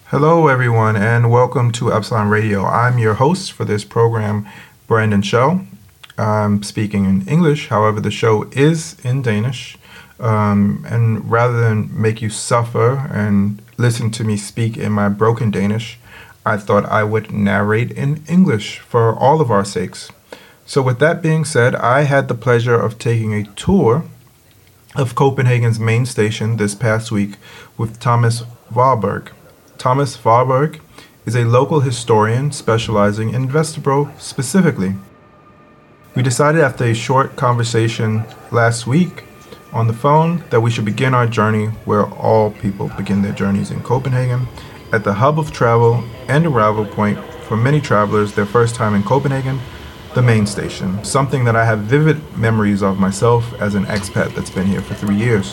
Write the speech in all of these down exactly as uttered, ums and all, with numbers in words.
Hello, everyone, and welcome to Epsilon Radio. I'm your host for this program, Brandon Shell. I'm speaking in English, however, the show is in Danish. Um, and rather than make you suffer and listen to me speak in my broken Danish, I thought I would narrate in English for all of our sakes. So with that being said, I had the pleasure of taking a tour of Copenhagen's main station this past week with Thomas Warburg. Thomas Warburg is a local historian specializing in Vesterbro specifically. We decided after a short conversation last week on the phone that we should begin our journey where all people begin their journeys in Copenhagen, at the hub of travel and arrival point for many travelers their first time in Copenhagen, the main station, something that I have vivid memories of myself as an expat that's been here for three years.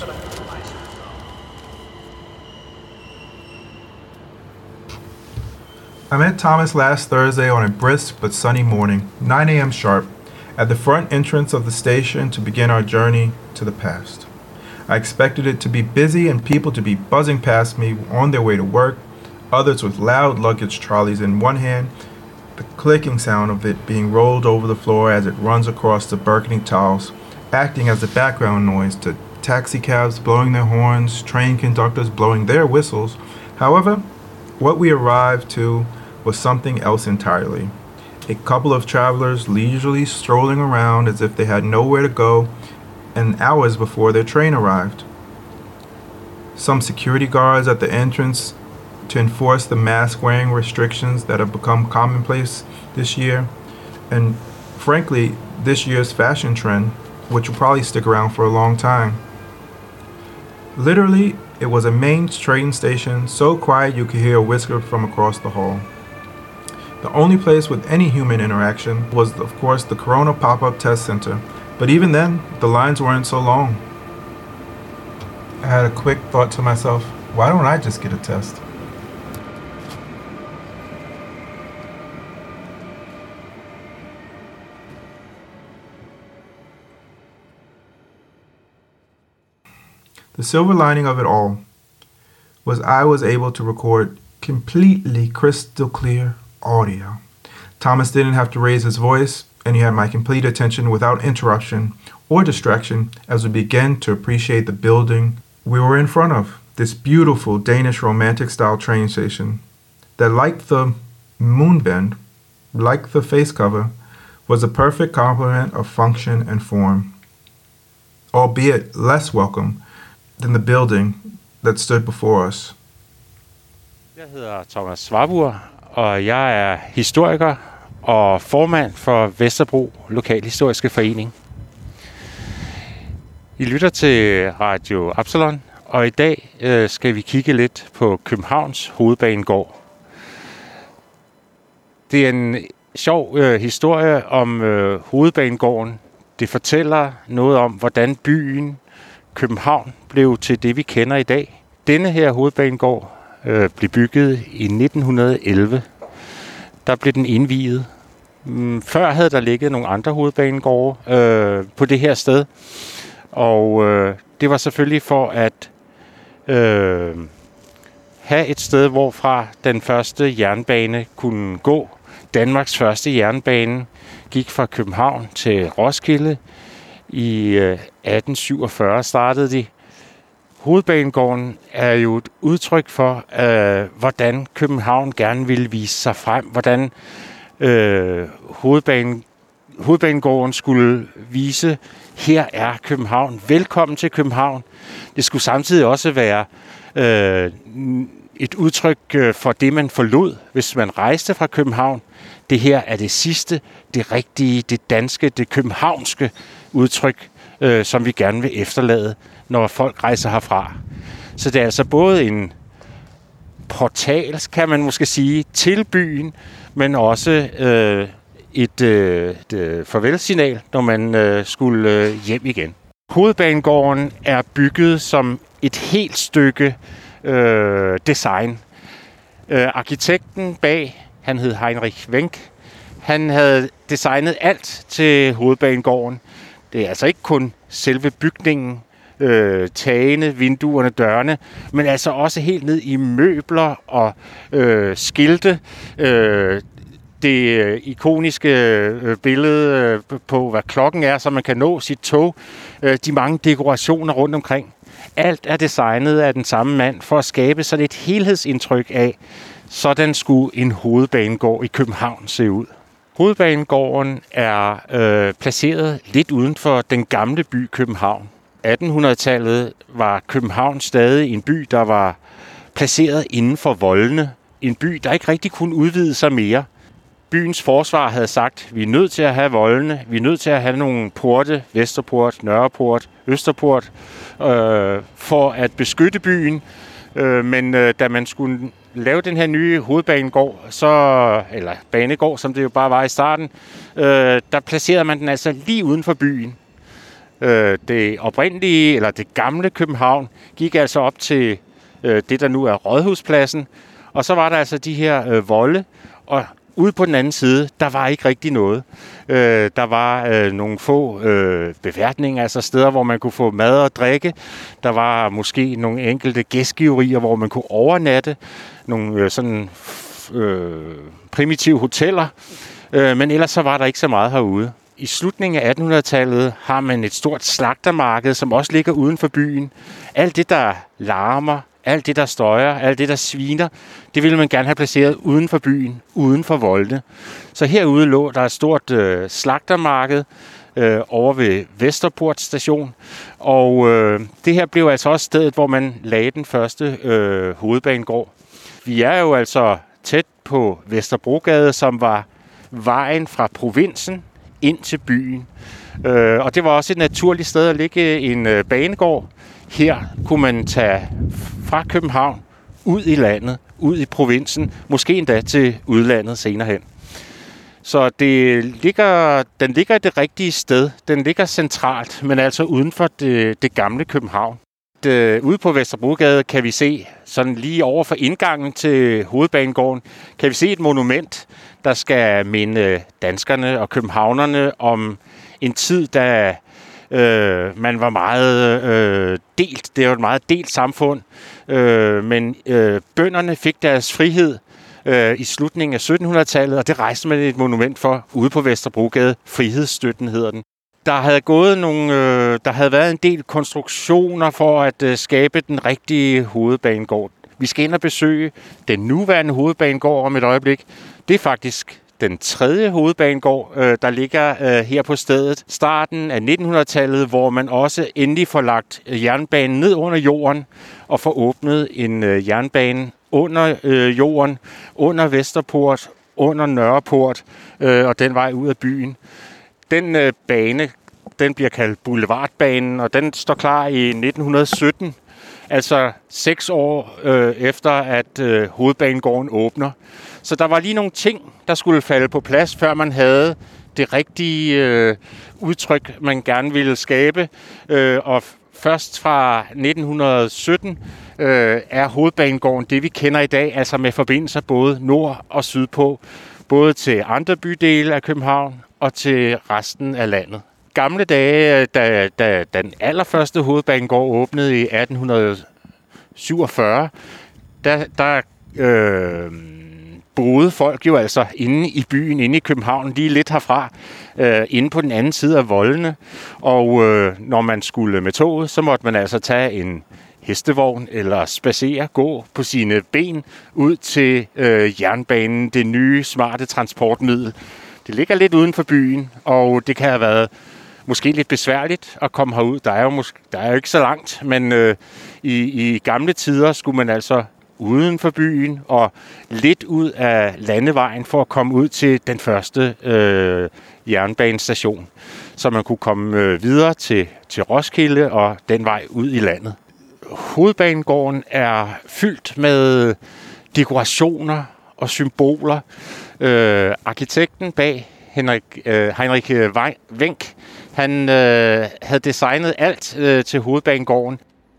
I met Thomas last Thursday on a brisk but sunny morning, nine a.m. sharp, at the front entrance of the station to begin our journey to the past. I expected it to be busy and people to be buzzing past me on their way to work, others with loud luggage trolleys in one hand, the clicking sound of it being rolled over the floor as it runs across the burgeoning tiles, acting as the background noise to taxi cabs blowing their horns, train conductors blowing their whistles. However, what we arrived to was something else entirely. A couple of travelers leisurely strolling around as if they had nowhere to go and hours before their train arrived. Some security guards at the entrance to enforce the mask-wearing restrictions that have become commonplace this year, and frankly, this year's fashion trend, which will probably stick around for a long time. Literally, it was a main train station so quiet you could hear a whisper from across the hall. The only place with any human interaction was, of course, the Corona pop-up test center, but even then, the lines weren't so long. I had a quick thought to myself, why don't I just get a test? The silver lining of it all was I was able to record completely crystal clear audio. Thomas didn't have to raise his voice, and he had my complete attention without interruption or distraction as we began to appreciate the building we were in front of, this beautiful Danish romantic style train station that, like the moonbend, like the face cover, was a perfect complement of function and form, albeit less welcome than the building that stood before us. Jeg hedder Thomas Warburg, og jeg er historiker og formand for Vesterbro Lokalhistoriske Forening. I lytter til Radio Epsilon, og i dag øh, skal vi kigge lidt på Københavns Hovedbanegård. Det er en sjov øh, historie om øh, Hovedbanegården. Det fortæller noget om, hvordan byen København blev til det, vi kender i dag. Denne her Hovedbanegård øh, blev bygget i nitten elleve. Der blev den indviet. Før havde der ligget nogle andre hovedbanegårde øh, på det her sted. Og øh, det var selvfølgelig for at øh, have et sted, hvorfra den første jernbane kunne gå. Danmarks første jernbane gik fra København til Roskilde. I øh, atten syvogfyrre startede de. Hovedbanegården er jo et udtryk for, øh, hvordan København gerne ville vise sig frem. Hvordan øh, hovedbanen, hovedbanegården skulle vise, her er København. Velkommen til København. Det skulle samtidig også være øh, et udtryk for det, man forlod, hvis man rejste fra København. Det her er det sidste, det rigtige, det danske, det københavnske udtryk, øh, som vi gerne vil efterlade, når folk rejser herfra. Så det er altså både en portal, kan man måske sige, til byen, men også øh, et, øh, et farvelsignal, når man øh, skulle øh, hjem igen. Hovedbanegården er bygget som et helt stykke øh, design. Øh, arkitekten bag, han hed Heinrich Wenck, han havde designet alt til Hovedbanegården. Det er altså ikke kun selve bygningen, øh, tagene, vinduerne, dørene, men altså også helt ned i møbler og øh, skilte. Øh, det øh, ikoniske øh, billede øh, på, hvad klokken er, så man kan nå sit tog. Øh, de mange dekorationer rundt omkring. Alt er designet af den samme mand for at skabe sådan et helhedsindtryk af, sådan skulle en hovedbanegård i København se ud. Hovedbanegården er øh, placeret lidt uden for den gamle by København. attenhundredetallet var København stadig en by, der var placeret inden for voldene. En by, der ikke rigtig kunne udvide sig mere. Byens forsvar havde sagt, at vi er nødt til at have voldene, vi er nødt til at have nogle porte, Vesterport, Nørreport, Østerport, øh, for at beskytte byen. Øh, men øh, da man skulle lave den her nye hovedbanegård, så, eller banegård, som det jo bare var i starten, øh, der placerede man den altså lige uden for byen. Øh, det oprindelige, eller det gamle København, gik altså op til øh, det, der nu er Rådhuspladsen, og så var der altså de her øh, volde, og ude på den anden side, der var ikke rigtig noget. Øh, der var øh, nogle få øh, beværtninger, altså steder, hvor man kunne få mad og drikke. Der var måske nogle enkelte gæstgiverier, hvor man kunne overnatte. Nogle øh, sådan øh, primitive hoteller. Øh, men ellers så var der ikke så meget herude. I slutningen af attenhundredetallet har man et stort slagtermarked, som også ligger uden for byen. Alt det, der larmer, alt det, der støjer, alt det, der sviner, det ville man gerne have placeret uden for byen, uden for voldene. Så herude lå der et stort øh, slagtermarked øh, over ved Vesterport station, og øh, det her blev altså også stedet, hvor man lagde den første øh, hovedbanegård. Vi er jo altså tæt på Vesterbrogade, som var vejen fra provinsen ind til byen. Øh, og det var også et naturligt sted at ligge en øh, banegård. Her kunne man tage fra København ud i landet, ud i provinsen, måske endda til udlandet senere hen. Så det ligger, den ligger det rigtige sted. Den ligger centralt, men altså uden for det, det gamle København. Det, ude på Vesterbrogade kan vi se, sådan lige over for indgangen til hovedbanegården, kan vi se et monument, der skal minde danskerne og københavnerne om en tid, da Øh, man var meget øh, delt. Det var et meget delt samfund. Øh, men øh, bønderne fik deres frihed øh, i slutningen af syttenhundredetallet, og det rejste man et monument for ude på Vesterbrogade. Frihedsstøtten hedder den. Der havde gået nogle, øh, der havde været en del konstruktioner for at øh, skabe den rigtige hovedbanegård. Vi skal ind og besøge den nuværende hovedbanegård om et øjeblik. Det er faktisk den tredje hovedbanegård, øh, der ligger øh, her på stedet. Starten af nittenhundredetallet, hvor man også endelig får lagt jernbanen ned under jorden og får åbnet en øh, jernbane under øh, jorden, under Vesterport, under Nørreport øh, og den vej ud af byen. Den øh, bane, den bliver kaldt Boulevardbanen, og den står klar i nitten sytten, altså seks år øh, efter, at øh, hovedbanegården åbner. Så der var lige nogle ting, der skulle falde på plads, før man havde det rigtige øh, udtryk, man gerne ville skabe. Øh, og først fra nitten sytten øh, er hovedbanegården det, vi kender i dag, altså med forbindelser både nord og sydpå, både til andre bydele af København og til resten af landet. Gamle dage, da, da, da den allerførste hovedbanegård åbnede i atten syvogfyrre, der, der øh, boede folk jo altså inde i byen, inde i København, lige lidt herfra, øh, inde på den anden side af voldene. Og øh, når man skulle med toget, så måtte man altså tage en hestevogn eller spacere, gå på sine ben ud til øh, jernbanen, det nye, smarte transportmiddel. Det ligger lidt uden for byen, og det kan have været måske lidt besværligt at komme herud. Der er jo, måske, der er jo ikke så langt, men øh, i, i gamle tider skulle man altså uden for byen og lidt ud af landevejen for at komme ud til den første øh, jernbanestation, så man kunne komme øh, videre til, til Roskilde og den vej ud i landet. Hovedbanegården er fyldt med dekorationer og symboler. Øh, arkitekten bag, Henrik, øh, Heinrich Wenck, han øh, havde designet alt øh, til hovedbanegården.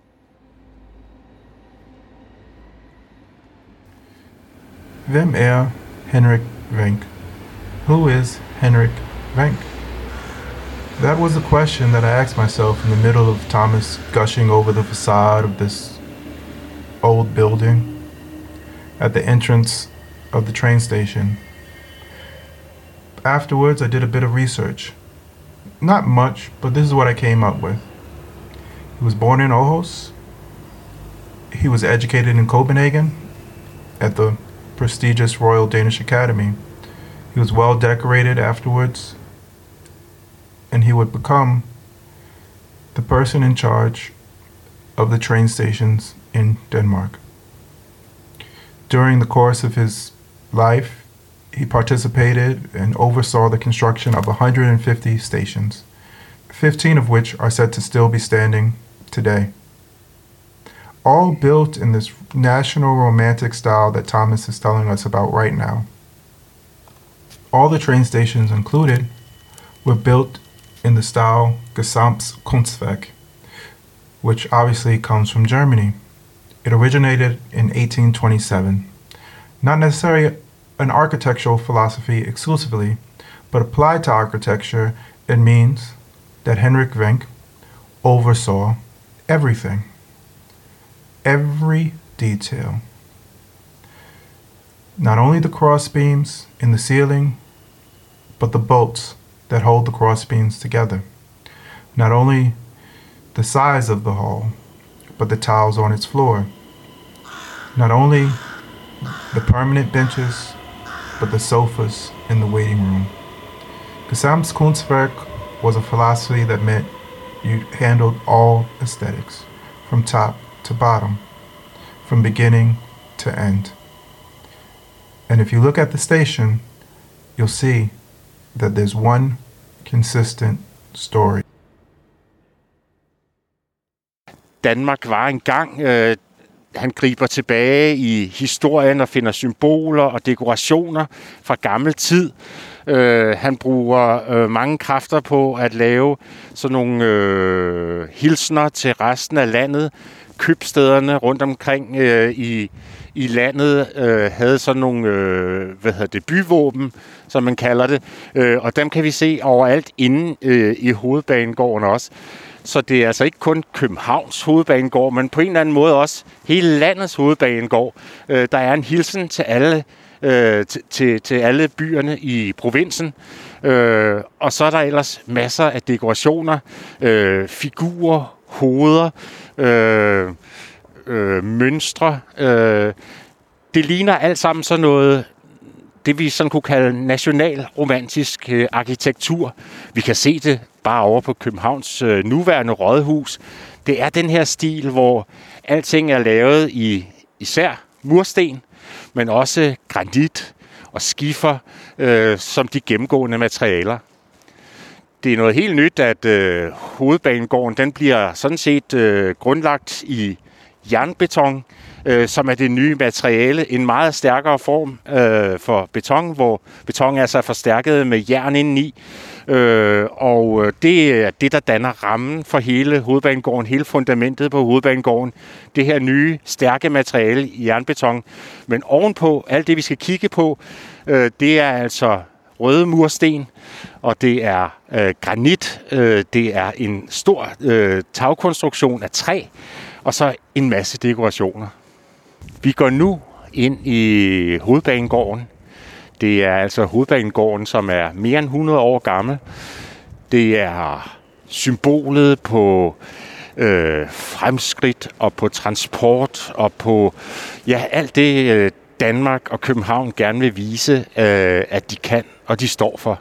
Hvem er Henrik Wenck? Who is Henrik Wenck? That was the question that I asked myself in the middle of Thomas gushing over the facade of this old building at the entrance of the train station. Afterwards, I did a bit of research. Not much, but this is what I came up with. He was born in Aarhus. He was educated in Copenhagen at the prestigious Royal Danish Academy. He was well decorated afterwards, and he would become the person in charge of the train stations in Denmark. During the course of his life, he participated and oversaw the construction of one hundred fifty stations, fifteen of which are said to still be standing today. All built in this national romantic style that Thomas is telling us about right now. All the train stations included were built in the style Gesamtkunstwerk, which obviously comes from Germany. It originated in eighteen twenty-seven. Not necessarily an architectural philosophy exclusively, but applied to architecture, it means that Henrik Wenck oversaw everything. Every detail. Not only the cross beams in the ceiling, but the bolts that hold the cross beams together. Not only the size of the hall, but the tiles on its floor. Not only the permanent benches, but the sofas in the waiting room. Gesamtkunstwerk was a philosophy that meant you handled all aesthetics, from top to bottom, from beginning to end. And if you look at the station, you'll see that there's one consistent story. Danmark var engang. Øh, han griber tilbage i historien og finder symboler og dekorationer fra gammel tid. Øh, han bruger øh, mange kræfter på at lave sådan nogle øh, hilsner til resten af landet. Købstederne rundt omkring øh, i, i landet øh, havde sådan nogle øh, hvad hedder det, byvåben, som man kalder det. Øh, og dem kan vi se overalt inde øh, i Hovedbanegården også. Så det er altså ikke kun Københavns Hovedbanegård, men på en eller anden måde også hele landets Hovedbanegård. Øh, der er en hilsen til alle, øh, til, til, til alle byerne i provinsen. Øh, og så er der ellers masser af dekorationer, øh, figurer, hoveder, øh, øh, mønstre. Øh, det ligner alt sammen sådan noget, det vi sådan kunne kalde nationalromantisk øh, arkitektur. Vi kan se det bare over på Københavns øh, nuværende rådhus. Det er den her stil, hvor alting er lavet i især mursten, men også granit og skifer øh, som de gennemgående materialer. Det er noget helt nyt, at øh, Hovedbanegården den bliver sådan set øh, grundlagt i jernbeton, øh, som er det nye materiale. En meget stærkere form øh, for beton, hvor beton er så forstærket med jern indeni. Øh, og det er det, der danner rammen for hele Hovedbanegården, hele fundamentet på Hovedbanegården. Det her nye, stærke materiale i jernbeton. Men ovenpå, alt det vi skal kigge på, øh, det er altså røde mursten, og det er øh, granit, øh, det er en stor øh, tagkonstruktion af træ, og så en masse dekorationer. Vi går nu ind i Hovedbanegården. Det er altså Hovedbanegården, som er mere end hundrede år gammel. Det er symbolet på øh, fremskridt og på transport og på ja, alt det øh, Danmark og København gerne vil vise, øh, at de kan og de står for.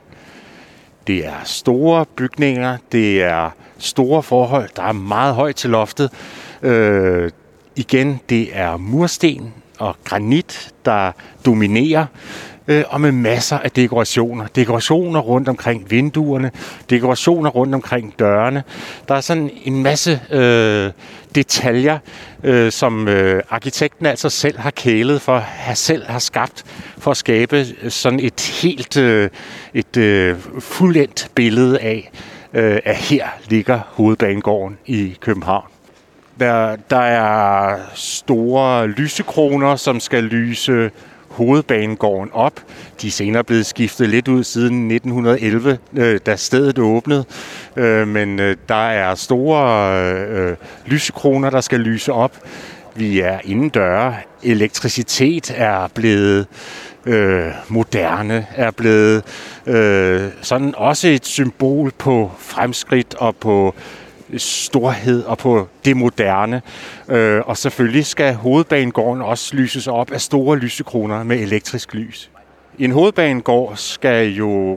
Det er store bygninger, det er store forhold, der er meget højt til loftet. Øh, igen, det er mursten og granit, der dominerer. Øh, og med masser af dekorationer. Dekorationer rundt omkring vinduerne, dekorationer rundt omkring dørene. Der er sådan en masse øh, detaljer, øh, som øh, arkitekten altså selv har kælet for, har selv har skabt, for at skabe sådan et helt øh, et øh, fuldendt billede af, øh, at her ligger Hovedbanegården i København. Der, der er store lysekroner, som skal lyse Hovedbanegården op. De er senere blevet skiftet lidt ud siden nitten elleve, øh, da stedet åbnede. Øh, men øh, der er store øh, lysekroner, der skal lyse op. Vi er indendøre. Elektricitet er blevet øh, moderne, er blevet øh, sådan også et symbol på fremskridt og på storhed og på det moderne. Øh, og selvfølgelig skal hovedbanegården også lyses op af store lysekroner med elektrisk lys. En hovedbanegård skal jo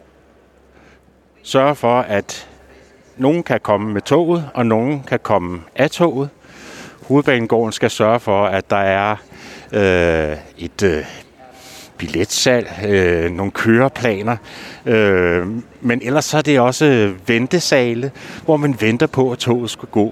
sørge for, at nogen kan komme med toget, og nogen kan komme af toget. Hovedbanegården skal sørge for, at der er øh, et øh, billetsalg, øh, nogle køreplaner, øh, men ellers så er det også ventesale, hvor man venter på, at toget skal gå.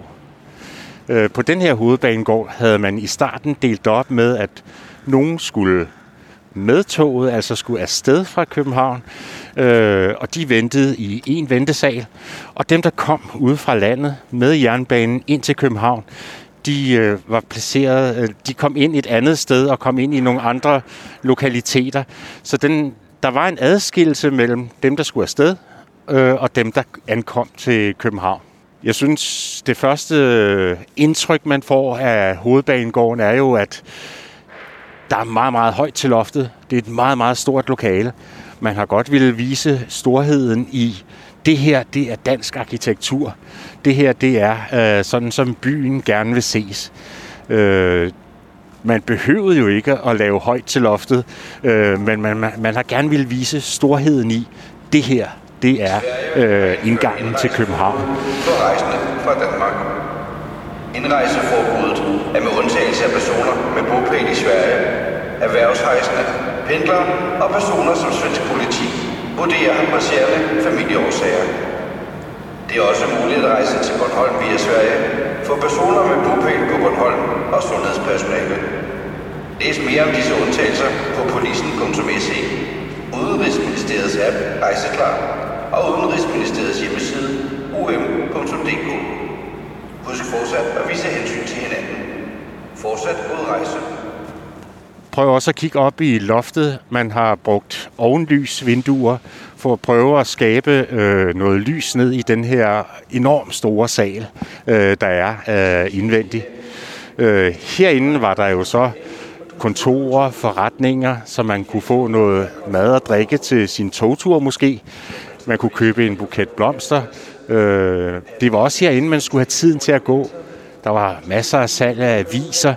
Øh, på den her hovedbanegård havde man i starten delt op med, at nogen skulle med toget, altså skulle afsted fra København, øh, og de ventede i en ventesal, og dem, der kom ude fra landet med jernbanen ind til København, de øh, var placeret, øh, de kom ind et andet sted og kom ind i nogle andre lokaliteter. Så den, der var en adskillelse mellem dem, der skulle afsted, øh, og dem, der ankom til København. Jeg synes, det første øh, indtryk, man får af hovedbanegården, er jo, at der er meget, meget højt til loftet. Det er et meget, meget stort lokale. Man har godt ville vise storheden i, det her, det er dansk arkitektur. Det her, det er øh, sådan, som byen gerne vil ses. Øh, man behøvede jo ikke at lave højt til loftet, øh, men man, man, man har gerne ville vise storheden i, det her, det er øh, indgangen til København. For rejsende fra Danmark. Indrejseforbuddet er med undtagelse af personer med bopæl i Sverige, erhvervsrejsende, pendlere og personer som svensk politi vurderer han presserende familieårsager. Det er også muligt at rejse til Bornholm via Sverige for personer med bopæl på Bornholm og sundhedspersonale. Læs mere om disse undtagelser på polisen punktum se, Udenrigsministeriets app Rejseklar og Udenrigsministeriets hjemmeside u m punktum d k. Husk fortsat at vise hensyn til hinanden. Fortsat god rejse. Prøv også at kigge op i loftet. Man har brugt ovenlysvinduer for at prøve at skabe øh, noget lys ned i den her enormt store sal, øh, der er øh, indvendigt. Øh, herinde var der jo så kontorer, forretninger, så man kunne få noget mad og drikke til sin togtur måske. Man kunne købe en buket blomster. Øh, det var også herinde, man skulle have tiden til at gå. Der var masser af salg af aviser.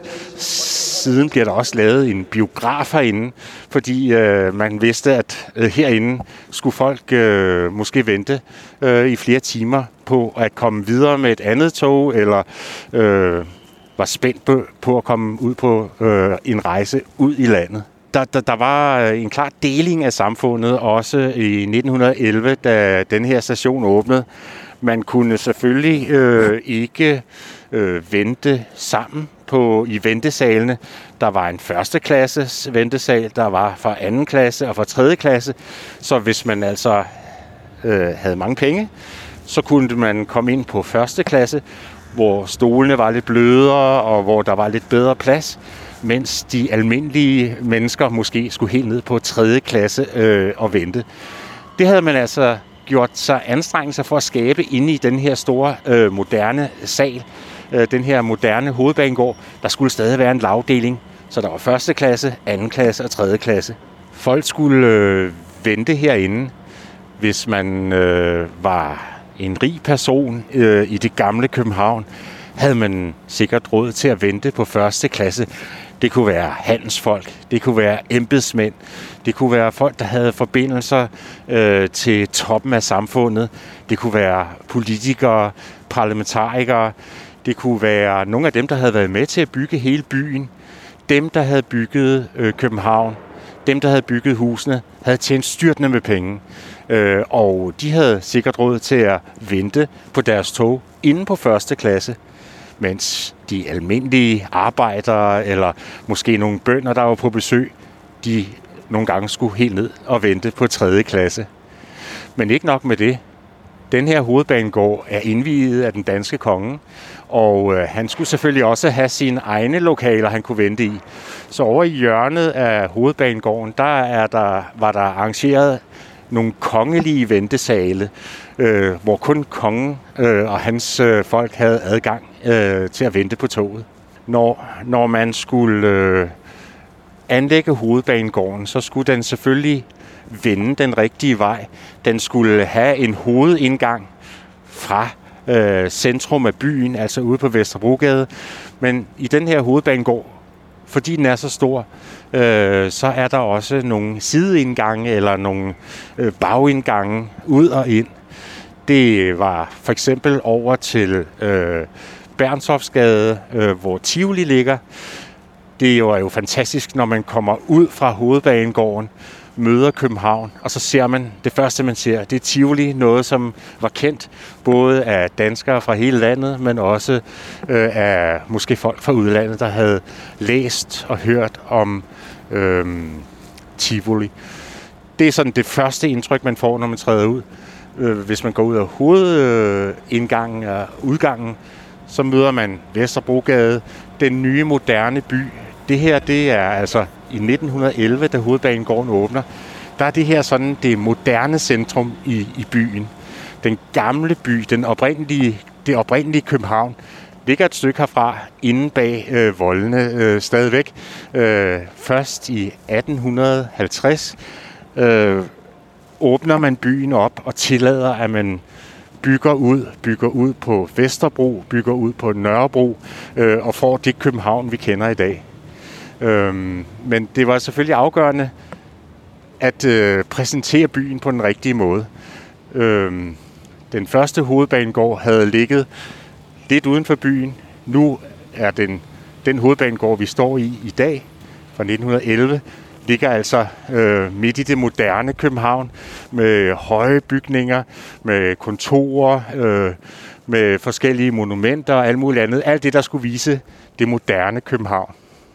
Siden bliver der også lavet en biograf herinde, fordi øh, man vidste, at øh, herinde skulle folk øh, måske vente øh, i flere timer på at komme videre med et andet tog, eller øh, var spændt på, på at komme ud på øh, en rejse ud i landet. Der, der, der var en klar deling af samfundet, også i nitten elleve, da den her station åbnede. Man kunne selvfølgelig øh, ikke øh, vente sammen på i ventesalene. Der var en første klasses ventesal, der var for anden klasse og for tredje klasse. Så hvis man altså øh, havde mange penge, så kunne man komme ind på første klasse, hvor stolene var lidt blødere og hvor der var lidt bedre plads, mens de almindelige mennesker måske skulle helt ned på tredje klasse øh, og vente. Det havde man altså gjort sig anstrengelser for at skabe inde i den her store, øh, moderne sal, øh, den her moderne hovedbanegård. Der skulle stadig være en lagdeling, så der var første klasse, anden klasse og tredje klasse. Folk skulle øh, vente herinde, hvis man øh, var en rig person øh, i det gamle København, havde man sikkert råd til at vente på første klasse. Det kunne være handelsfolk, det kunne være embedsmænd, det kunne være folk, der havde forbindelser øh, til toppen af samfundet. Det kunne være politikere, parlamentarikere. Det kunne være nogle af dem, der havde været med til at bygge hele byen. Dem, der havde bygget øh, København, dem, der havde bygget husene, havde tjent styrtende med penge. Øh, og de havde sikkert råd til at vente på deres tog inde på første klasse, mens de almindelige arbejdere, eller måske nogle bønder, der var på besøg, de nogle gange skulle helt ned og vente på tredje klasse. Men ikke nok med det. Den her hovedbanegård er indviet af den danske konge, og øh, han skulle selvfølgelig også have sine egne lokaler, han kunne vente i. Så over i hjørnet af hovedbanegården, der, er der var der arrangeret nogle kongelige ventesale, øh, hvor kun kongen øh, og hans øh, folk havde adgang øh, til at vente på toget. Når, når man skulle øh, anlægge hovedbanegården, så skulle den selvfølgelig vende den rigtige vej. Den skulle have en hovedindgang fra øh, centrum af byen, altså ude på Vesterbrogade. Men i den her hovedbanegård, fordi den er så stor, øh, så er der også nogle sideindgange eller nogle øh, bagindgange ud og ind. Det var for eksempel over til øh, Bernshofsgade, øh, hvor Tivoli ligger. Det var jo fantastisk, når man kommer ud fra hovedbanegården, møder København, og så ser man, det første man ser, det er Tivoli, noget som var kendt både af danskere fra hele landet, men også øh, af måske folk fra udlandet, der havde læst og hørt om øh, Tivoli. Det er sådan det første indtryk, man får, når man træder ud. Øh, hvis man går ud af hovedindgangen og udgangen, så møder man Vesterbrogade, den nye moderne by. Det her, det er altså i nitten elleve, da hovedbanegården åbner, der er det her sådan det moderne centrum i, i byen. Den gamle by, den oprindelige, det oprindelige København, ligger et stykke herfra, inde bag øh, voldene øh, stadigvæk. Øh, først i atten halvtreds øh, åbner man byen op og tillader, at man bygger ud, bygger ud på Vesterbro, bygger ud på Nørrebro øh, og får det København, vi kender i dag. Øhm, men det var selvfølgelig afgørende at øh, præsentere byen på den rigtige måde. Øhm, den første hovedbanegård havde ligget lidt uden for byen. Nu er den, den hovedbanegård, vi står i i dag, fra nitten elleve, ligger altså øh, midt i det moderne København, med høje bygninger, med kontorer, øh, med forskellige monumenter og alt muligt andet. Alt det, der skulle vise det moderne København.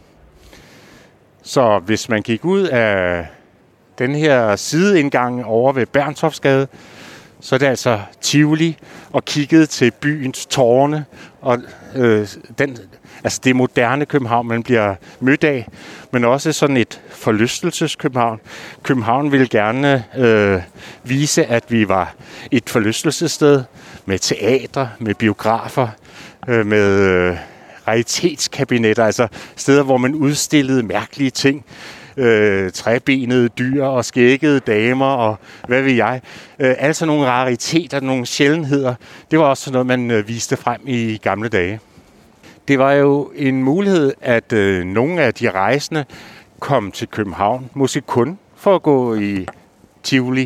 Så hvis man gik ud af den her sideindgang over ved Bernshofsgade, så er det altså Tivoli, og kiggede til byens tårne, og øh, den, altså det moderne København, man bliver mødt af, men også sådan et forlystelses-København. København ville gerne øh, vise, at vi var et forlystelsessted med teater, med biografer, øh, med øh, raritetskabinetter, altså steder, hvor man udstillede mærkelige ting. Øh, træbenede dyr og skæggede damer og hvad ved jeg. Øh, altså nogle rariteter, nogle sjældenheder. Det var også noget, man øh, viste frem i gamle dage. Det var jo en mulighed, at øh, nogle af de rejsende kom til København, måske kun for at gå i Tivoli.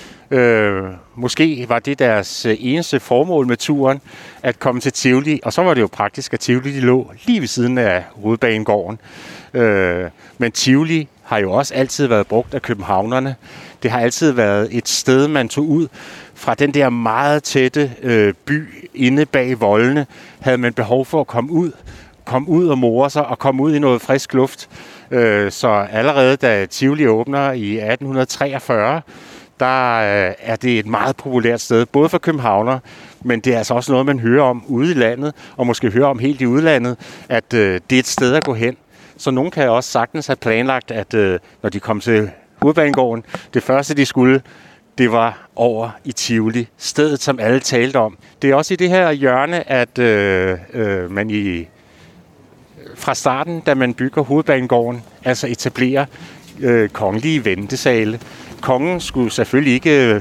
Øh, måske var det deres eneste formål med turen, at komme til Tivoli, og så var det jo praktisk, at Tivoli de lå lige ved siden af hovedbanegården. Øh, men Tivoli har jo også altid været brugt af københavnerne. Det har altid været et sted, man tog ud fra den der meget tætte øh, by inde bag voldene. Havde man behov for at komme ud, komme ud og more sig og komme ud i noget frisk luft. Øh, så allerede da Tivoli åbner i atten treogfyrre, der øh, er det et meget populært sted, både for københavnere, men det er altså også noget, man hører om ude i landet, og måske hører om helt i udlandet, at øh, det er et sted at gå hen. Så nogen kan også sagtens have planlagt, at øh, når de kom til hovedbanegården, det første de skulle, det var over i Tivoli, stedet som alle talte om. Det er også i det her hjørne, at øh, øh, man i fra starten, da man bygger hovedbanegården, altså etablerer øh, kongelige ventesale. Kongen skulle selvfølgelig ikke,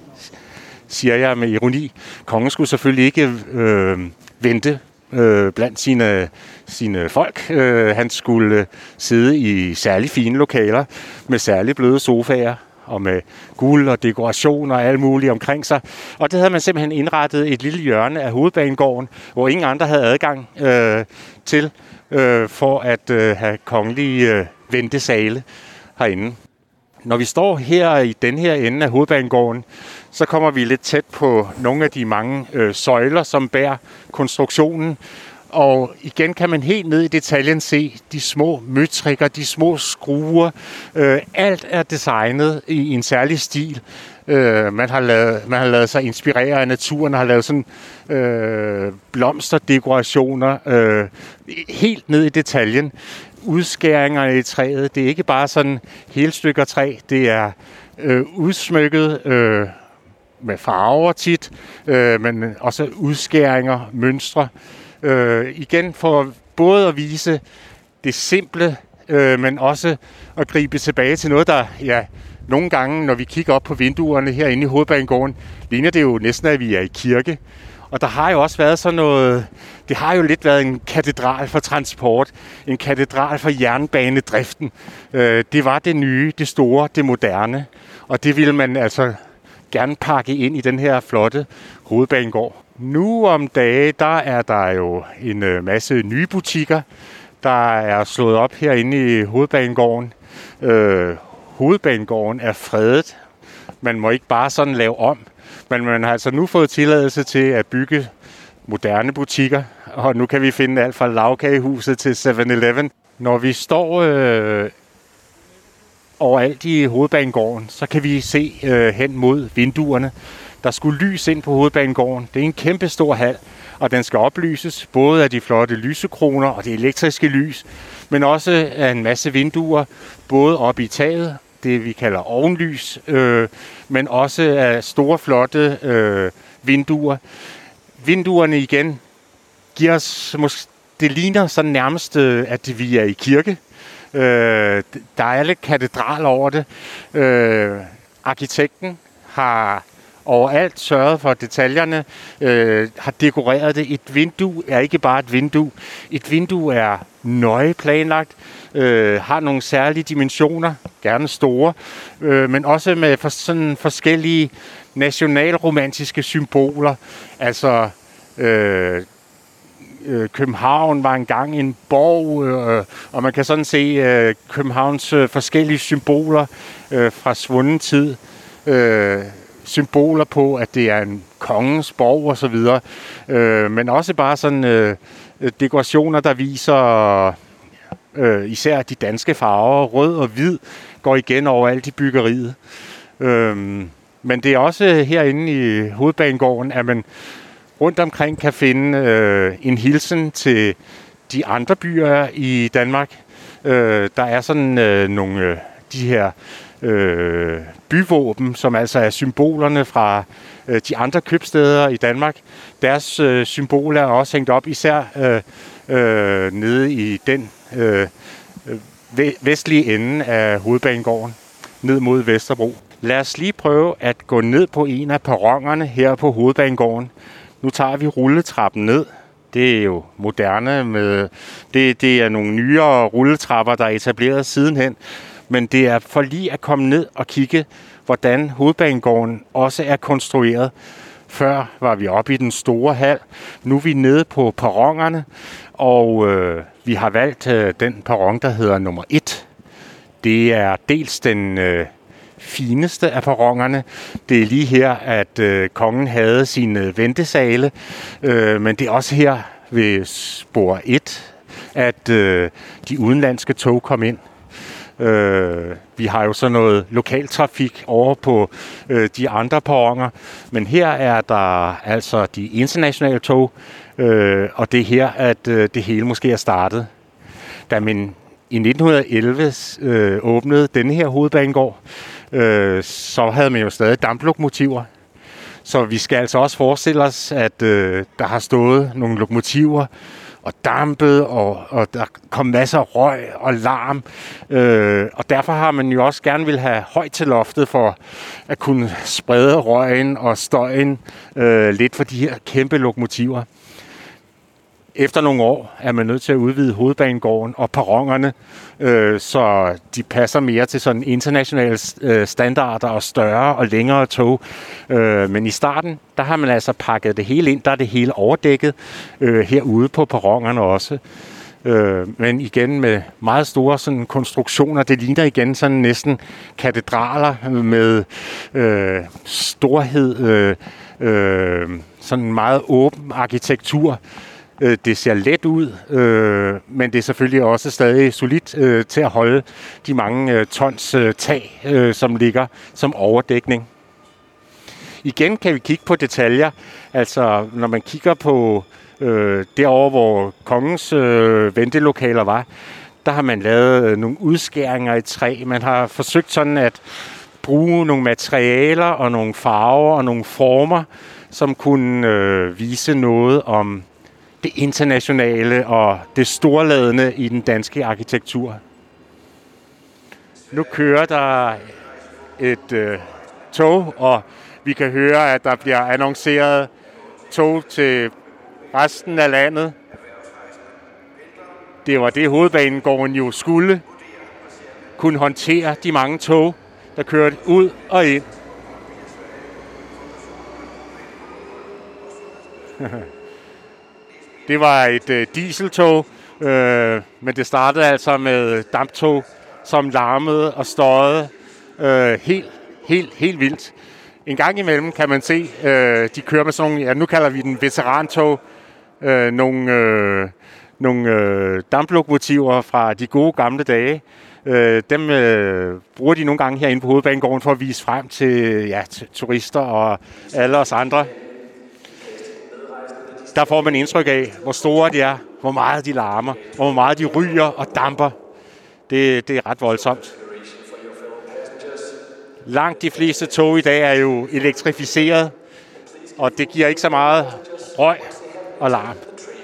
siger jeg med ironi, kongen skulle selvfølgelig ikke øh, vente øh, blandt sine, sine folk. Øh, han skulle sidde i særlig fine lokaler med særlig bløde sofaer og med guld og dekoration og alt muligt omkring sig. Og det havde man simpelthen indrettet et lille hjørne af hovedbanegården, hvor ingen andre havde adgang øh, til, øh, for at øh, have kongelige øh, ventesale herinde. Når vi står her i den her ende af hovedbanegården, så kommer vi lidt tæt på nogle af de mange øh, søjler, som bærer konstruktionen. Og igen kan man helt ned i detaljen se de små møtrikker, de små skruer. Øh, alt er designet i en særlig stil. Øh, man, har lavet, man har lavet sig inspirere af naturen, har lavet sådan øh, blomsterdekorationer øh, helt ned i detaljen. Udskæringerne i træet, det er ikke bare sådan hele stykker træ, det er øh, udsmykket øh, med farver tit, øh, men også udskæringer, mønstre. Øh, igen for både at vise det simple, øh, men også at gribe tilbage til noget, der ja, nogle gange, når vi kigger op på vinduerne herinde i Hovedbanegården, ligner det jo næsten, at vi er i kirke. Og der har jo også været sådan noget, det har jo lidt været en katedral for transport, en katedral for jernbanedriften. Øh, det var det nye, det store, det moderne, og det ville man altså gerne pakke ind i den her flotte Hovedbanegård. Nu om dage, der er der jo en øh, masse nye butikker, der er slået op herinde i Hovedbanegården. Øh, Hovedbanegården er fredet. Man må ikke bare sådan lave om. Men man har altså nu fået tilladelse til at bygge moderne butikker. Og nu kan vi finde alt fra Lagkagehuset til seven eleven. Når vi står øh, overalt i Hovedbanegården, så kan vi se øh, hen mod vinduerne. Der skulle lys ind på Hovedbanegården. Det er en kæmpe stor hal, og den skal oplyses både af de flotte lysekroner og det elektriske lys, men også af en masse vinduer, både oppe i taget, det vi kalder ovenlys, øh, men også af store, flotte øh, vinduer. Vinduerne igen giver os, måske, det ligner sådan nærmest, at vi er i kirke. Øh, der er lidt katedral over det. Øh, arkitekten har overalt sørget for detaljerne, øh, har dekoreret det. Et vindue er ikke bare et vindue. Et vindue er nøje planlagt, øh, har nogle særlige dimensioner, gerne store, øh, men også med for, sådan forskellige nationalromantiske symboler. Altså, øh, øh, København var engang en borg, øh, og man kan sådan se øh, Københavns øh, forskellige symboler øh, fra svunden tid. Øh, symboler på, at det er en kongens borg og så videre, øh, men også bare sådan øh, dekorationer, der viser øh, især de danske farver. Rød og hvid går igen over alt i byggeriet. Øh, men det er også herinde i Hovedbanegården, at man rundt omkring kan finde øh, en hilsen til de andre byer i Danmark. Øh, der er sådan øh, nogle øh, de her Øh, byvåben, som altså er symbolerne fra øh, de andre købstæder i Danmark. Deres øh, symbol er også hængt op, især øh, øh, nede i den øh, vestlige ende af Hovedbanegården, ned mod Vesterbro. Lad os lige prøve at gå ned på en af perronerne her på Hovedbanegården. Nu tager vi rulletrappen ned. Det er jo moderne. Med, det, det er nogle nyere rulletrapper, der er etableret sidenhen. Men det er for lige at komme ned og kigge, hvordan Hovedbanegården også er konstrueret. Før var vi oppe i den store hal. Nu er vi nede på perronerne, og øh, vi har valgt øh, den perron, der hedder nummer et. Det er dels den øh, fineste af perronerne. Det er lige her, at øh, kongen havde sine ventesale, øh, men det er også her ved spor et, at øh, de udenlandske tog kom ind. Øh, vi har jo så noget lokaltrafik over på øh, de andre perroner, men her er der altså de internationale tog, øh, og det er her, at øh, det hele måske er startet. Da man i nitten elleve øh, åbnede denne her Hovedbanegård, øh, så havde man jo stadig damplokomotiver. Så vi skal altså også forestille os, at øh, der har stået nogle lokomotiver og dampet, og, og der kom masser af røg og larm. Øh, og derfor har man jo også gerne vil have højt til loftet for at kunne sprede røgen og støjen øh, lidt for de her kæmpe lokomotiver. Efter nogle år er man nødt til at udvide Hovedbanegården og perronerne, øh, så de passer mere til sådan internationale øh, standarder og større og længere tog. Øh, men i starten, der har man altså pakket det hele ind, der er det hele overdækket øh, herude på perronerne også. Øh, men igen med meget store sådan, konstruktioner, det ligner igen sådan næsten katedraler med øh, storhed, øh, øh, sådan meget åben arkitektur. Øh, det ser let ud, øh, men det er selvfølgelig også stadig solidt øh, til at holde de mange øh, tons øh, tag, øh, som ligger som overdækning. Igen kan vi kigge på detaljer. Altså, når man kigger på øh, derovre, hvor kongens øh, ventelokaler var, der har man lavet øh, nogle udskæringer i træ. Man har forsøgt sådan at bruge nogle materialer og nogle farver og nogle former, som kunne øh, vise noget om det internationale og det storladende i den danske arkitektur. Nu kører der et øh, tog, og vi kan høre, at der bliver annonceret tog til resten af landet. Det var det, Hovedbanegården jo skulle kunne håndtere, de mange tog, der kørte ud og ind. Det var et øh, dieseltog, øh, men det startede altså med damptog, som larmede og støjede øh, helt, helt, helt vildt. En gang imellem kan man se, øh, de kører med sådan nogle, ja, nu kalder vi den veterantog, øh, nogle, øh, nogle øh, damplokomotiver fra de gode gamle dage. Øh, dem øh, bruger de nogle gange herinde på Hovedbanegården for at vise frem til, ja, til turister og alle os andre. Der får man indtryk af, hvor store de er, hvor meget de larmer, og hvor meget de ryger og damper. Det, det er ret voldsomt. Langt de fleste tog i dag er jo elektrificeret, og det giver ikke så meget røg og larm.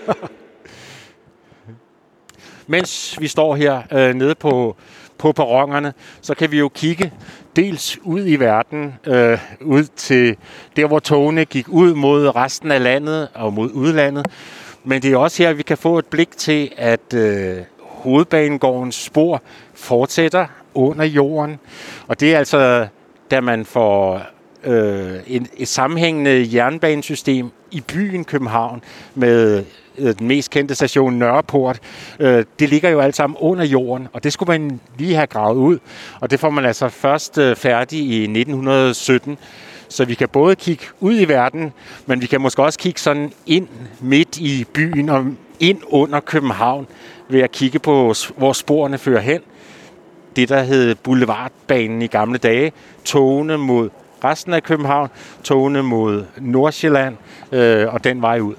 Mens vi står her øh, nede på, på perronerne, så kan vi jo kigge dels ud i verden, øh, ud til der, hvor togene gik ud mod resten af landet og mod udlandet. Men det er også her, vi kan få et blik til, at øh, Hovedbanegårdens spor fortsætter under jorden. Og det er altså, da man får øh, et, et sammenhængende jernbanesystem i byen København med øh, den mest kendte station Nørreport. Øh, det ligger jo alt sammen under jorden, og det skulle man lige have gravet ud. Og det får man altså først øh, færdig i nitten sytten. Så vi kan både kigge ud i verden, men vi kan måske også kigge sådan ind midt i byen og ind under København ved at kigge på, hvor sporene fører hen. Det, der hed Boulevardbanen i gamle dage. Togene mod resten af København, togene mod Nordsjælland øh, og den vej ud.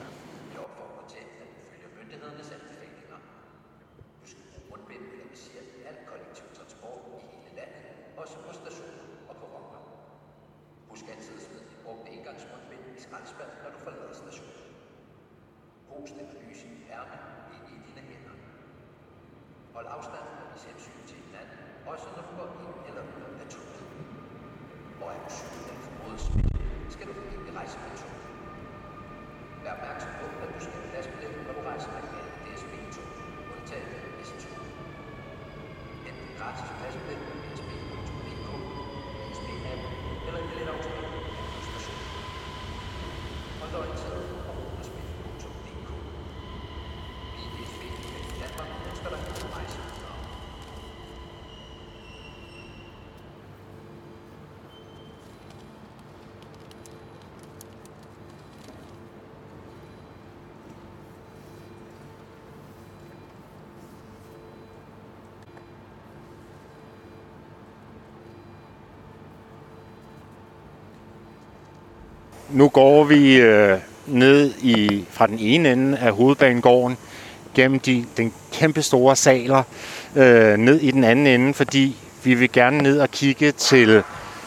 Nu går vi øh, ned i, fra den ene ende af Hovedbanegården gennem de, den kæmpe store saler øh, ned i den anden ende, fordi vi vil gerne ned og kigge til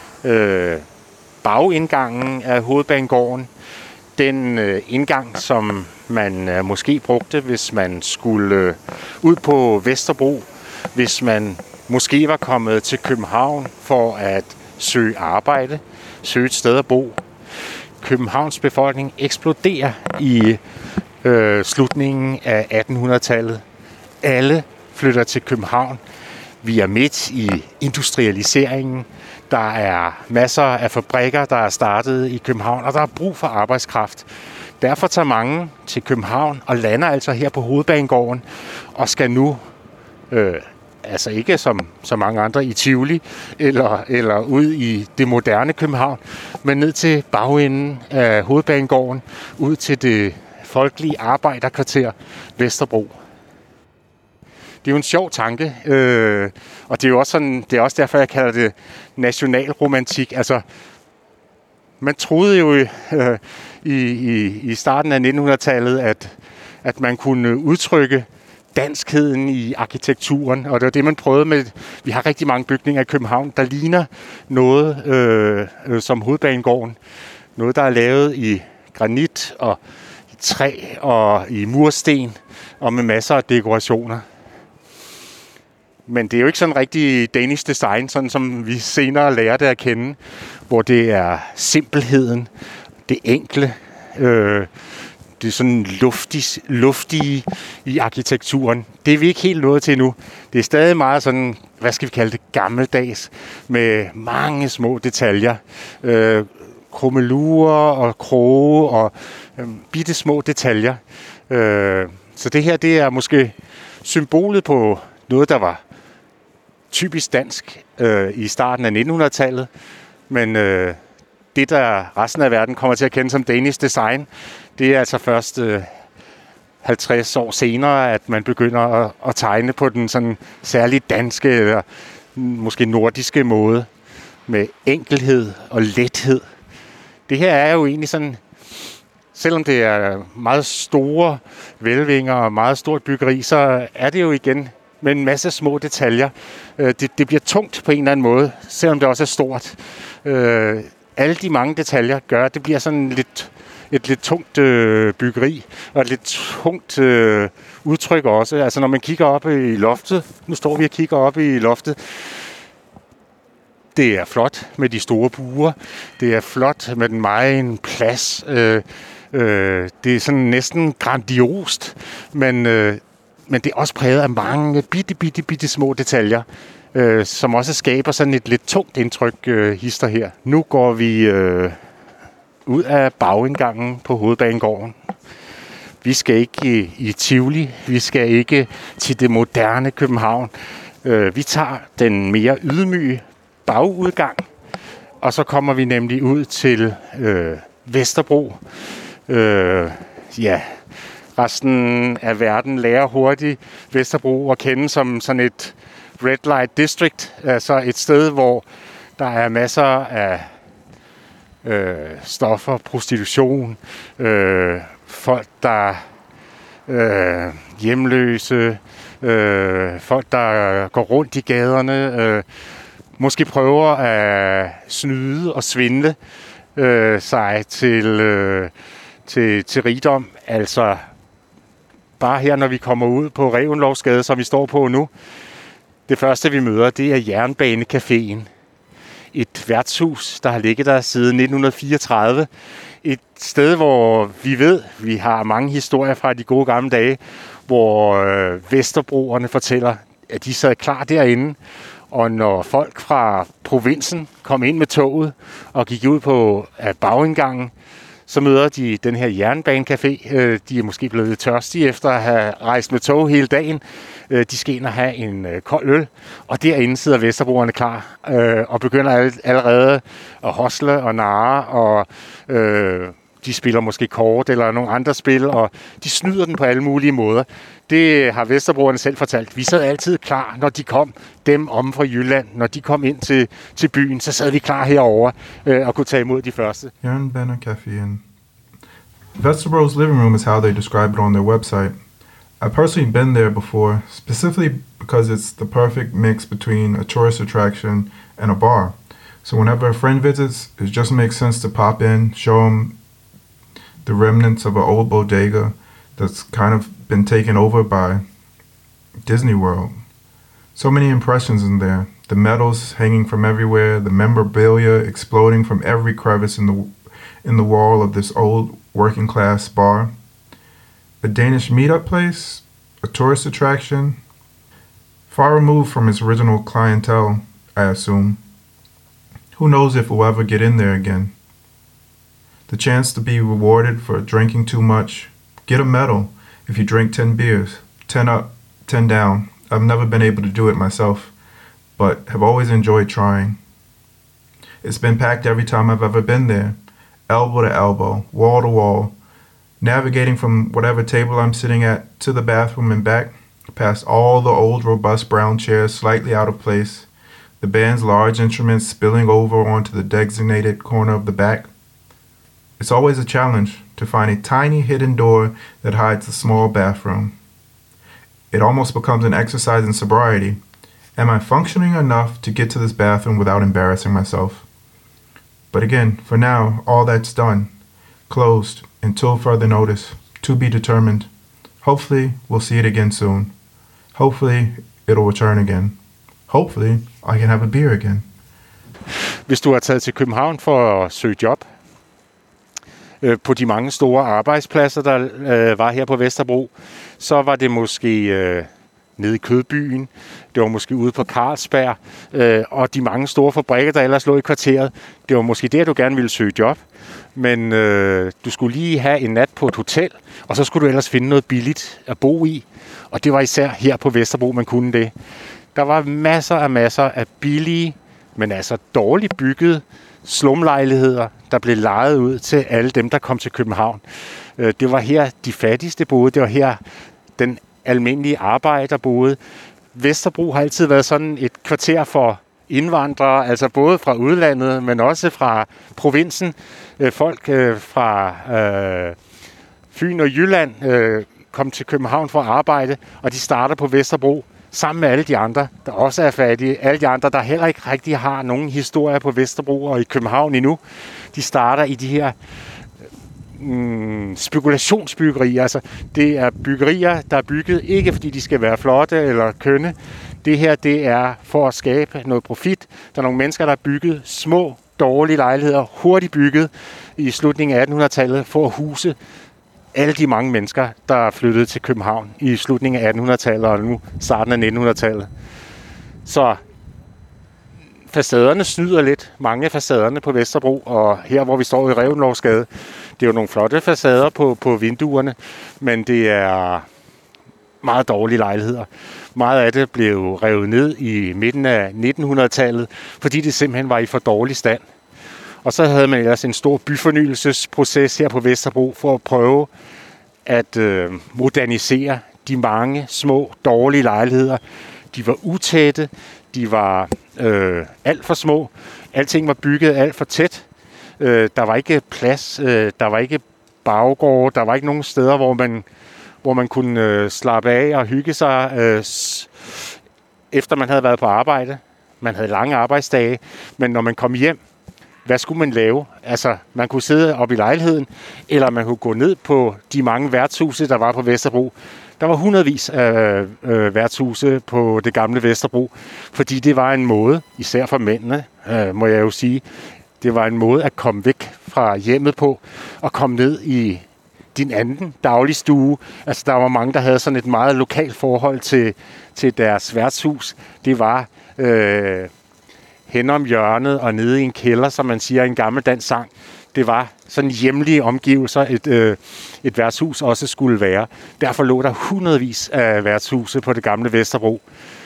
øh, bagindgangen af Hovedbanegården. Den øh, indgang, som man øh, måske brugte, hvis man skulle øh, ud på Vesterbro, hvis man måske var kommet til København for at søge arbejde, søge et sted at bo. Københavns befolkning eksploderer i øh, slutningen af attenhundredetallet. Alle flytter til København. Vi er midt i industrialiseringen. Der er masser af fabrikker, der er startet i København, og der er brug for arbejdskraft. Derfor tager mange til København og lander altså her på Hovedbanegården og skal nu, øh, altså ikke som så mange andre i Tivoli eller, eller ud i det moderne København, men ned til bagenden af Hovedbanegården, ud til det folkelige arbejderkvarter Vesterbro. Det er jo en sjov tanke, øh, og det er jo også sådan, det er også derfor, jeg kalder det nationalromantik. Altså, man troede jo øh, i, i, i starten af nittenhundredetallet, at, at man kunne udtrykke danskheden i arkitekturen, og det var det, man prøvede med. Vi har rigtig mange bygninger i København, der ligner noget øh, øh, som Hovedbanegården. Noget, der er lavet i granit og i træ og i mursten og med masser af dekorationer. Men det er jo ikke sådan rigtig Danish design, sådan som vi senere lærte at kende, hvor det er simpelheden, det enkle, øh, det er sådan luftige, luftige i arkitekturen. Det er vi ikke helt nået til nu. Det er stadig meget sådan, hvad skal vi kalde det, gammeldags, med mange små detaljer. Øh, krummelurer og kroge og øh, bitte små detaljer. Øh, så det her, det er måske symbolet på noget, der var typisk dansk øh, i starten af nittenhundredetallet, men øh, det, der resten af verden kommer til at kende som Danish design, det er altså først øh, halvtreds år senere, at man begynder at, at tegne på den sådan særligt danske eller måske nordiske måde med enkelhed og lethed. Det her er jo egentlig sådan, selvom det er meget store hvælvinger og meget stort byggeri, så er det jo igen med en masse små detaljer. Det, det bliver tungt på en eller anden måde, selvom det også er stort. Øh, alle de mange detaljer gør, at det bliver sådan lidt, et lidt tungt øh, byggeri, og et lidt tungt øh, udtryk også. Altså når man kigger op i loftet, nu står vi og kigger op i loftet, det er flot med de store buer, det er flot med den meget plads, øh, øh, det er sådan næsten grandiost, men øh, Men det er også præget af mange bitte, bitte, bitte små detaljer, øh, som også skaber sådan et lidt tungt indtryk, øh, hister her. Nu går vi øh, ud af bagindgangen på Hovedbanegården. Vi skal ikke i, i Tivoli, vi skal ikke til det moderne København. Øh, vi tager den mere ydmyge bagudgang, og så kommer vi nemlig ud til øh, Vesterbro. Øh, ja... Resten af verden lærer hurtigt Vesterbro at kende som sådan et red light district, altså et sted, hvor der er masser af øh, stoffer, prostitution, øh, folk, der øh, hjemløse, øh, folk, der går rundt i gaderne, øh, måske prøver at snyde og svindle øh, sig til, øh, til, til rigdom, altså bare her, når vi kommer ud på Revenlovsgade, som vi står på nu. Det første, vi møder, det er Jernbanecaféen. Et værtshus, der har ligget der siden nitten fireogtredive. Et sted, hvor vi ved, vi har mange historier fra de gode gamle dage, hvor øh, Vesterbroerne fortæller, at de sad klar derinde. Og når folk fra provinsen kom ind med toget og gik ud på af bagindgangen, så møder de den her jernbanecafé. De er måske blevet lidt tørstige efter at have rejst med tog hele dagen. De skal ind og have en kold øl, og derinde sidder Vesterbroerne klar og begynder allerede at hosle og narre, og øh, de spiller måske kort eller nogle andre spil, og de snyder den på alle mulige måder. Det har Vesterbroerne selv fortalt. Vi sad altid klar, når de kom, dem om fra Jylland, når de kom ind til, til byen, så sad vi klar herovre øh, og kunne tage imod de første. Jernbanecaféen. Vesterbro's living room is how they describe it on their website. I've personally been there before, specifically because it's the perfect mix between a tourist attraction and a bar. So whenever a friend visits, it just makes sense to pop in, show them the remnants of an old bodega that's kind of been taken over by Disney World. So many impressions in there. The medals hanging from everywhere, the memorabilia exploding from every crevice in the in the wall of this old working class bar. A Danish meetup place, a tourist attraction, far removed from its original clientele, I assume. Who knows if we'll ever get in there again. The chance to be rewarded for drinking too much. Get a medal if you drink ten beers. ten up, ten down. I've never been able to do it myself, but have always enjoyed trying. It's been packed every time I've ever been there. Elbow to elbow, wall to wall. navigating from whatever table I'm sitting at to the bathroom and back, past all the old robust brown chairs slightly out of place, the band's large instruments spilling over onto the designated corner of the back. It's always a challenge to find a tiny hidden door that hides the small bathroom. It almost becomes an exercise in sobriety. Am I functioning enough to get to this bathroom without embarrassing myself? But again, for now, all that's done. Closed until further notice. To be determined. Hopefully, we'll see it again soon. Hopefully, it'll return again. Hopefully, I can have a beer again. Hvis du har taget til København for at søge job, øh, på de mange store arbejdspladser, der øh, var her på Vesterbro, så var det måske øh, nede i Kødbyen, det var måske ude på Carlsberg, øh, og de mange store fabrikker, der ellers lå i kvarteret. Det var måske der, du gerne ville søge job, men øh, du skulle lige have en nat på et hotel, og så skulle du ellers finde noget billigt at bo i, og det var især her på Vesterbro, man kunne det. Der var masser af masser af billige, men altså dårligt byggede slumlejligheder, der blev lejet ud til alle dem, der kom til København. Det var her de fattigste boede, det var her den almindelige arbejder boede. Vesterbro har altid været sådan et kvarter for indvandrere, altså både fra udlandet, men også fra provinsen. Folk fra øh, Fyn og Jylland øh, kom til København for at arbejde, og de starter på Vesterbro sammen med alle de andre, der også er fattige. Alle de andre, der heller ikke rigtig har nogen historie på Vesterbro og i København endnu. De starter i de her mm, spekulationsbyggerier. Altså, det er byggerier, der er bygget ikke fordi de skal være flotte eller kønne. Det her, det er for at skabe noget profit. Der er nogle mennesker, der har bygget små, dårlige lejligheder, hurtigt bygget i slutningen af attenhundredetallet for at huse alle de mange mennesker, der er flyttet til København i slutningen af attenhundredetallet og nu starten af nittenhundredetallet. Så facaderne snyder lidt. Mange af facaderne på Vesterbro, og her hvor vi står i Reventlovsgade, det er jo nogle flotte facader på, på vinduerne, men det er meget dårlige lejligheder. Meget af det blev revet ned i midten af nittenhundredetallet, fordi det simpelthen var i for dårlig stand. Og så havde man ellers en stor byfornyelsesproces her på Vesterbro for at prøve at øh, modernisere de mange små, dårlige lejligheder. De var utætte, de var øh, alt for små, alting var bygget alt for tæt. Øh, der var ikke plads, øh, der var ikke baggårde, der var ikke nogen steder, hvor man, hvor man kunne øh, slappe af og hygge sig, øh, efter man havde været på arbejde. Man havde lange arbejdsdage, men når man kom hjem, hvad skulle man lave? Altså, man kunne sidde oppe i lejligheden, eller man kunne gå ned på de mange værtshuse, der var på Vesterbro. Der var hundredvis af øh, værtshuse på det gamle Vesterbro, fordi det var en måde, især for mændene, øh, må jeg jo sige, det var en måde at komme væk fra hjemmet på, og komme ned i din anden dagligstue. Altså, der var mange, der havde sådan et meget lokalt forhold til, til deres værtshus. Det var Øh, hen om hjørnet og nede i en kælder, som man siger i en gammel dansk sang. Det var sådan hjemlige omgivelser, et, øh, et værtshus også skulle være. Derfor lå der hundredvis af værtshuse på det gamle Vesterbro.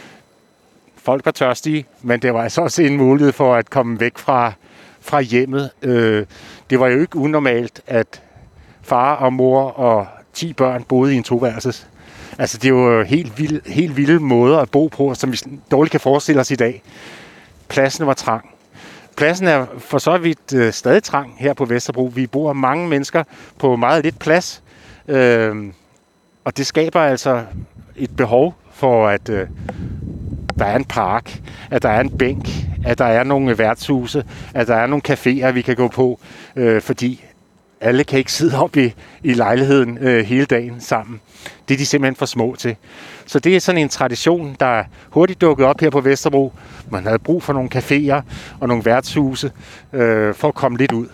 Folk var tørstige, men det var altså også en mulighed for at komme væk fra, fra hjemmet. Øh, det var jo ikke unormalt, at far og mor og ti børn boede i en toværelses. Altså, det er jo helt vilde, helt vilde måder at bo på, som vi dårligt kan forestille os i dag. Pladsen var trang. Pladsen er for så vidt øh, stadig trang her på Vesterbro. Vi bor mange mennesker på meget lidt plads, øh, og det skaber altså et behov for, at øh, der er en park, at der er en bænk, at der er nogle værtshuse, at der er nogle caféer, vi kan gå på, øh, fordi alle kan ikke sidde op i, i lejligheden øh, hele dagen sammen. Det er de simpelthen for små til. Så det er sådan en tradition, der hurtigt dukkede op her på Vesterbro. Man havde brug for nogle caféer og nogle værtshuse øh, for at komme lidt ud.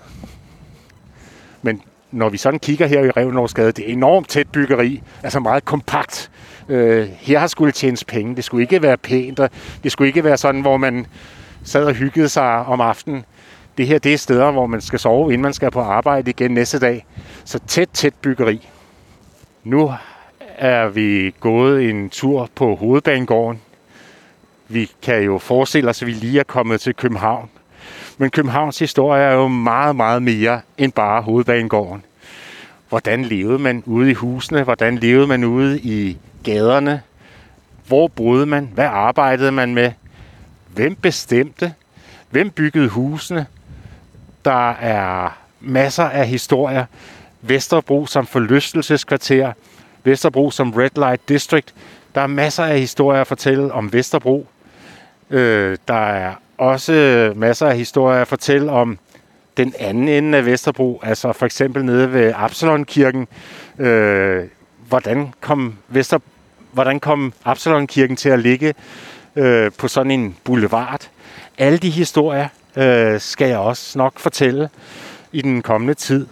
Men når vi sådan kigger her i Reventlovsgade, det er enormt tæt byggeri, altså meget kompakt. Øh, her har skulle tjenes penge. Det skulle ikke være pænt, og det skulle ikke være sådan, hvor man sad og hyggede sig om aftenen. Det her, det er steder, hvor man skal sove, inden man skal på arbejde igen næste dag. Så tæt, tæt byggeri. Nu er vi gået en tur på Hovedbanegården. Vi kan jo forestille os, at vi lige er kommet til København. Men Københavns historie er jo meget, meget mere end bare Hovedbanegården. hvordan levede man ude i husene, hvordan levede man ude i gaderne, hvor boede man, hvad arbejdede man med, hvem bestemte, hvem byggede husene. Der er masser af historier. Vesterbro som forlystelseskvarter, Vesterbro som Red Light District. Der er masser af historier at fortælle om Vesterbro. Øh, der er også masser af historier at fortælle om den anden ende af Vesterbro, altså for eksempel nede ved Absalonkirken. Øh, hvordan kom Vester, hvordan kom Absalonkirken til at ligge øh, på sådan en boulevard? Alle de historier øh, skal jeg også nok fortælle i den kommende tid.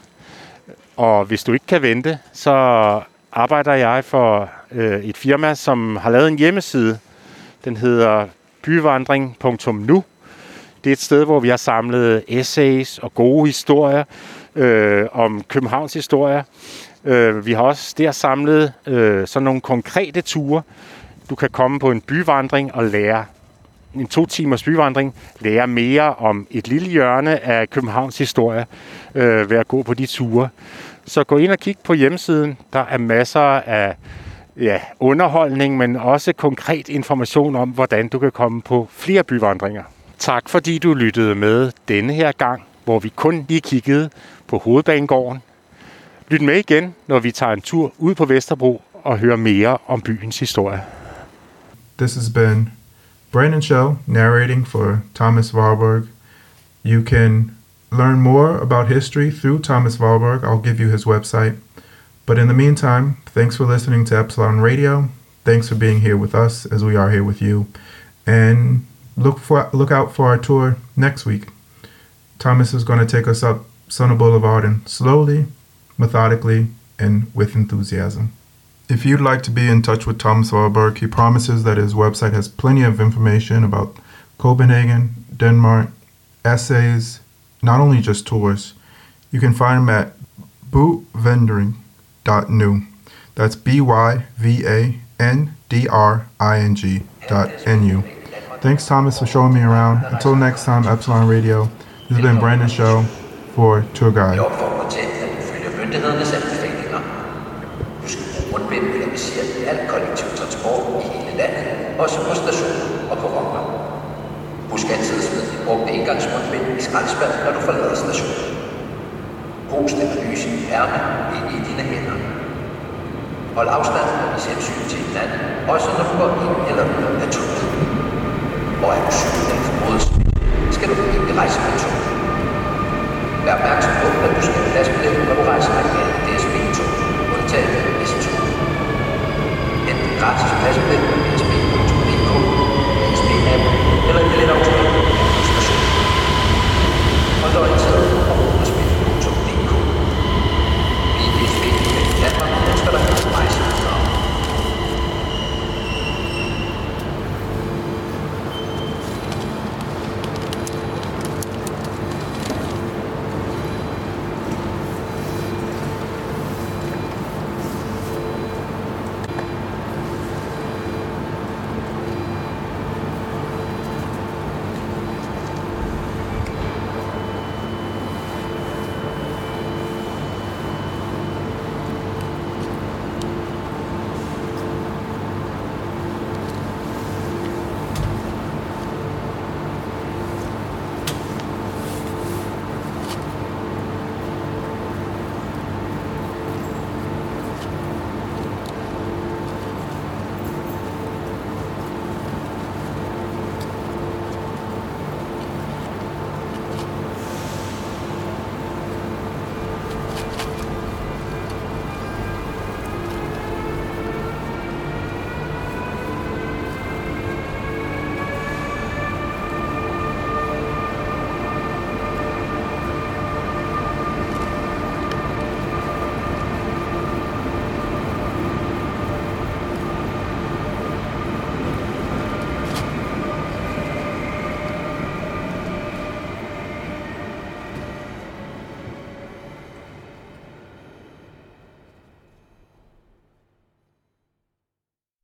Og hvis du ikke kan vente, så arbejder jeg for øh, et firma, som har lavet en hjemmeside. Den hedder byvandring punktum nu. Det er et sted, hvor vi har samlet essays og gode historier øh, om Københavns historie. Øh, vi har også der samlet øh, sådan nogle konkrete ture. Du kan komme på en byvandring og lære en to timers byvandring, lære mere om et lille hjørne af Københavns historie øh, ved at gå på de ture. Så gå ind og kig på hjemmesiden. Der er masser af ja, underholdning, men også konkret information om, hvordan du kan komme på flere byvandringer. Tak fordi du lyttede med denne her gang, hvor vi kun lige kiggede på Hovedbanegården. Lyt med igen, når vi tager en tur ud på Vesterbro og hører mere om byens historie. This has been Brandon Shell narrating for Thomas Warburg. You can learn more about history through Thomas Warburg. I'll give you his website. But in the meantime, thanks for listening to Epsilon Radio. Thanks for being here with us as we are here with you. And look for look out for our tour next week. Thomas is going to take us up Sona Boulevard and slowly, methodically, and with enthusiasm. If you'd like to be in touch with Thomas Warburg, he promises that his website has plenty of information about Copenhagen, Denmark, essays, not only just tours. You can find him at byvandring dot nu. That's B Y V A N D R I N G dot N U. Thanks, Thomas, for showing me around. Until next time, Epsilon Radio, this has been Brandon Show for Tour Guide. Al kollektiv transport i hele landet, også på stationer og på vogner. Husk altid at smide dit brugte indgangsmundbind i skraldespanden, når du forlader stationen. Host eller lys i ærme ind i dine hænder. Hold afstand og vis hensyn til hinanden, også når du går ind eller ud af toget. Og er du syg eller formodet